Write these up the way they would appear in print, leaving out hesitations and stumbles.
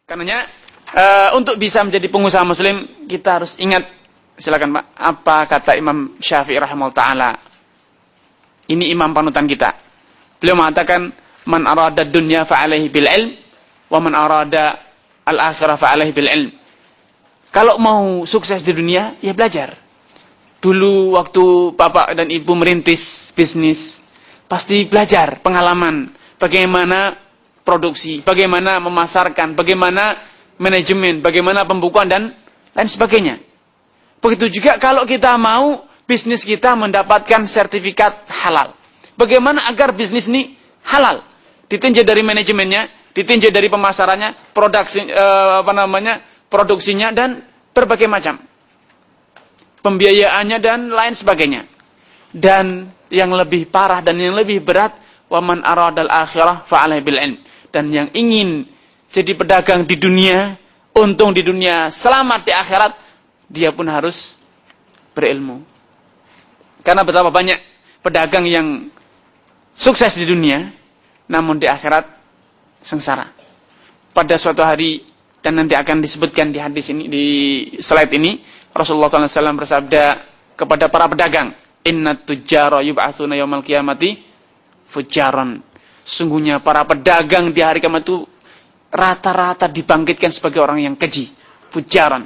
Karenanya untuk bisa menjadi pengusaha muslim kita harus ingat, silakan Pak, apa kata Imam Syafi'i rahimahullah taala. Ini imam panutan kita. Beliau mengatakan, man arada dunya fa alaihi bil ilm wa man arada al akhirah fa alaihi bil ilm. Kalau mau sukses di dunia, ya belajar. Dulu waktu bapak dan ibu merintis bisnis, pasti belajar pengalaman bagaimana produksi, bagaimana memasarkan, bagaimana manajemen, bagaimana pembukuan dan lain sebagainya. Begitu juga kalau kita mau bisnis kita mendapatkan sertifikat halal. Bagaimana agar bisnis ini halal? Ditinjau dari manajemennya, ditinjau dari pemasarannya, produksinya dan berbagai macam. Pembiayaannya dan lain sebagainya. Dan yang lebih parah dan yang lebih berat, waman aradal akhirah fa'alaihi bil ilm. Dan yang ingin jadi pedagang di dunia, untung di dunia, selamat di akhirat, dia pun harus berilmu. Karena betapa banyak pedagang yang sukses di dunia, namun di akhirat sengsara. Pada suatu hari, dan nanti akan disebutkan di hadis ini, di slide ini, Rasulullah SAW bersabda kepada para pedagang, Innat tujjara yub'atsuna yaumal qiyamati fujjaran. Sungguhnya para pedagang di hari kiamat itu rata-rata dibangkitkan sebagai orang yang keji, fujjaran.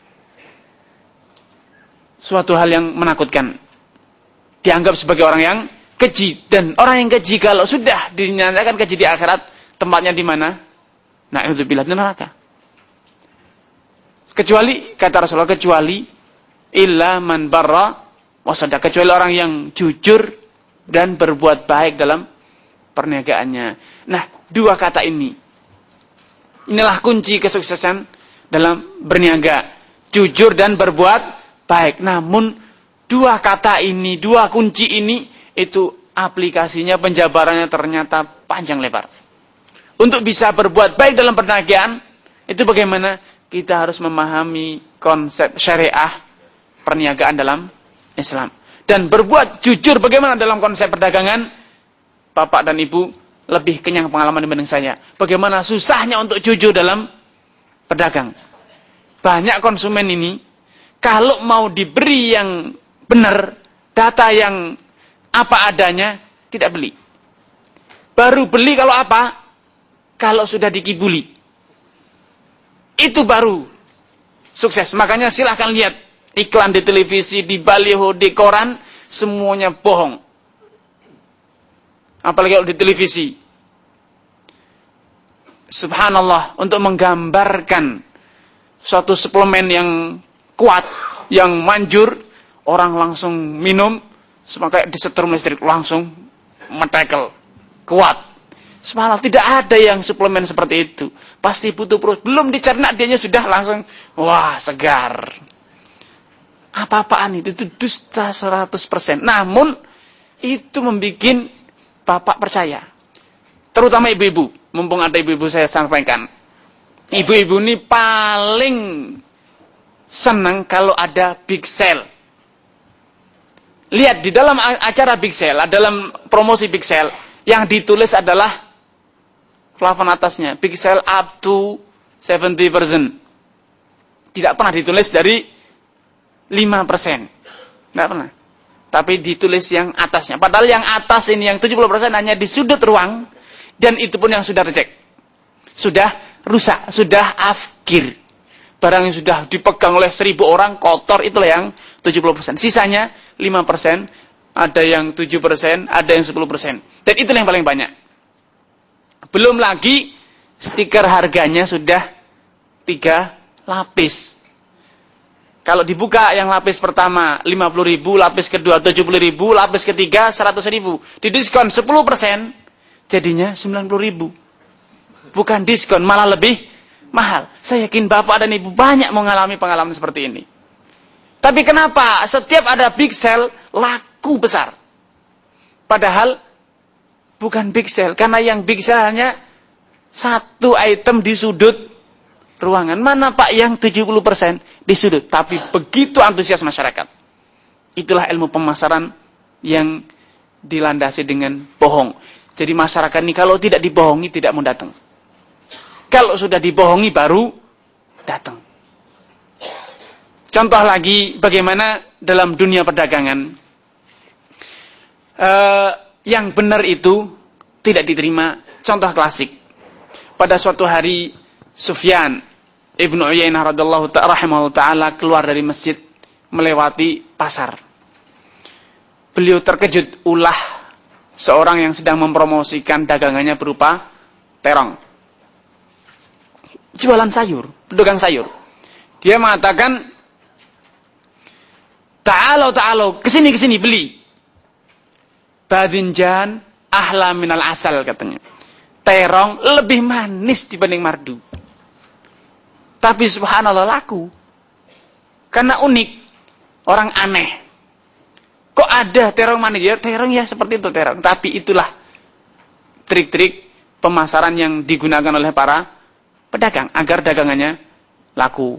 Suatu hal yang menakutkan. Dianggap sebagai orang yang keji, dan orang yang keji kalau sudah dinyatakan keji di akhirat, tempatnya di mana? Na'udzubillah, di neraka. Kecuali, kata Rasulullah, kecuali illa man barra wa sadaq, kecuali orang yang jujur dan berbuat baik dalam perniagaannya. Nah, dua kata ini, inilah kunci kesuksesan dalam berniaga, jujur dan berbuat baik. Namun dua kata ini, dua kunci ini, itu aplikasinya, penjabarannya ternyata panjang lebar. Untuk bisa berbuat baik dalam perniagaan, itu bagaimana? Kita harus memahami konsep syariah perniagaan dalam Islam. Dan berbuat jujur bagaimana dalam konsep perdagangan, Bapak dan Ibu lebih kenyang pengalaman dibanding saya. Bagaimana susahnya untuk jujur dalam berdagang. Banyak konsumen ini, kalau mau diberi yang benar, data yang apa adanya, tidak beli. Baru beli kalau apa? Kalau sudah dikibuli. Itu baru sukses. Makanya silahkan lihat iklan di televisi, di baliho, di koran, semuanya bohong. Apalagi kalau di televisi. Subhanallah, untuk menggambarkan suatu suplemen yang kuat, yang manjur, orang langsung minum, kayak disetrum listrik, langsung mentekel, kuat. Subhanallah, tidak ada yang suplemen seperti itu. Pasti butuh perut. Belum dicerna, dianya sudah langsung, wah, segar. Apa-apaan itu dusta 100%. Namun, itu membuat Bapak percaya. Terutama ibu-ibu. Mumpung ada ibu-ibu saya sampaikan. Ibu-ibu ini paling senang kalau ada big sale. Lihat di dalam acara big sale, dalam promosi big sale, yang ditulis adalah plafon atasnya, big sale up to 70%. Tidak pernah ditulis dari 5%. Tidak pernah. Tapi ditulis yang atasnya. Padahal yang atas ini, yang 70% hanya di sudut ruang, dan itu pun yang sudah reject. Sudah rusak, sudah afkir. Barang yang sudah dipegang oleh 1000 orang, kotor, itulah yang 70%. Sisanya 5%, ada yang 7%, ada yang 10%. Dan itulah yang paling banyak. Belum lagi stiker harganya sudah 3 lapis. Kalau dibuka yang lapis pertama 50.000, lapis kedua 70.000, lapis ketiga 100.000. Didiskon 10%, jadinya 90.000. Bukan diskon, malah lebih mahal. Saya yakin Bapak dan Ibu banyak mengalami pengalaman seperti ini. Tapi kenapa setiap ada big sale laku besar? Padahal bukan big sale, karena yang big sale hanya satu item di sudut ruangan. Mana Pak yang 70% di sudut? Tapi begitu antusias masyarakat. Itulah ilmu pemasaran yang dilandasi dengan bohong. Jadi masyarakat ini kalau tidak dibohongi tidak mau datang. Kalau sudah dibohongi baru datang. Contoh lagi bagaimana dalam dunia perdagangan. Yang benar itu tidak diterima. Contoh klasik. Pada suatu hari Sufyan Ibnu Uyainah radhiyallahu ta'ala keluar dari masjid melewati pasar. Beliau terkejut ulah seorang yang sedang mempromosikan dagangannya berupa terong. Jualan sayur, pedagang sayur. Dia mengatakan, Ta'alau, kesini beli. Badinjan ahla minal asal katanya. Terong lebih manis dibanding mardu. Tapi subhanallah laku. Karena unik. Orang aneh. Kok ada terong manis? Ya terong ya seperti itu terong. Tapi itulah trik-trik pemasaran yang digunakan oleh para pedagang. Agar dagangannya laku.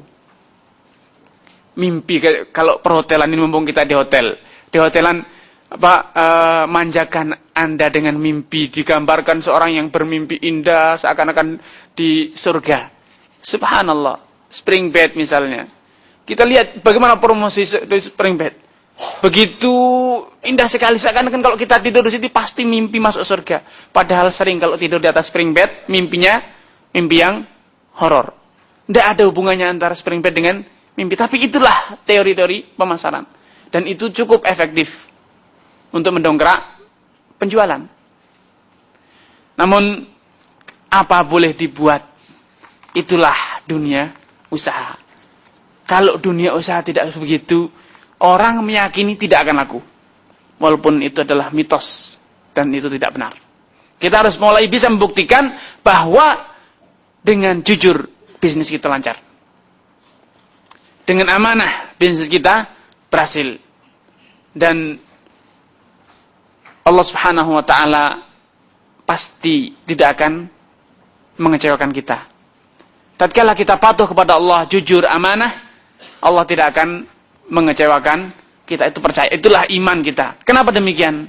Mimpi kalau perhotelan ini mumpung kita di hotel. Di hotelan manjakan Anda dengan mimpi. Digambarkan seorang yang bermimpi indah seakan-akan di surga. Subhanallah, spring bed misalnya. Kita lihat bagaimana promosi dari spring bed. Begitu indah sekali, seakan-akan kalau kita tidur di situ pasti mimpi masuk surga. Padahal sering kalau tidur di atas spring bed, mimpinya mimpi yang horor. Tidak ada hubungannya antara spring bed dengan mimpi. Tapi itulah teori-teori pemasaran. Dan itu cukup efektif untuk mendongkrak penjualan. Namun, apa boleh dibuat? Itulah dunia usaha. Kalau dunia usaha tidak begitu, orang meyakini tidak akan laku. Walaupun itu adalah mitos dan itu tidak benar. Kita harus mulai bisa membuktikan bahwa dengan jujur bisnis kita lancar. Dengan amanah bisnis kita berhasil. Dan Allah Subhanahu wa taala pasti tidak akan mengecewakan kita. Tatkala kita patuh kepada Allah, jujur, amanah, Allah tidak akan mengecewakan kita. Itu percaya. Itulah iman kita. Kenapa demikian?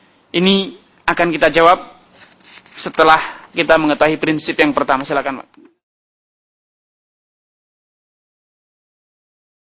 Ini akan kita jawab setelah kita mengetahui prinsip yang pertama. Silakan, Pak.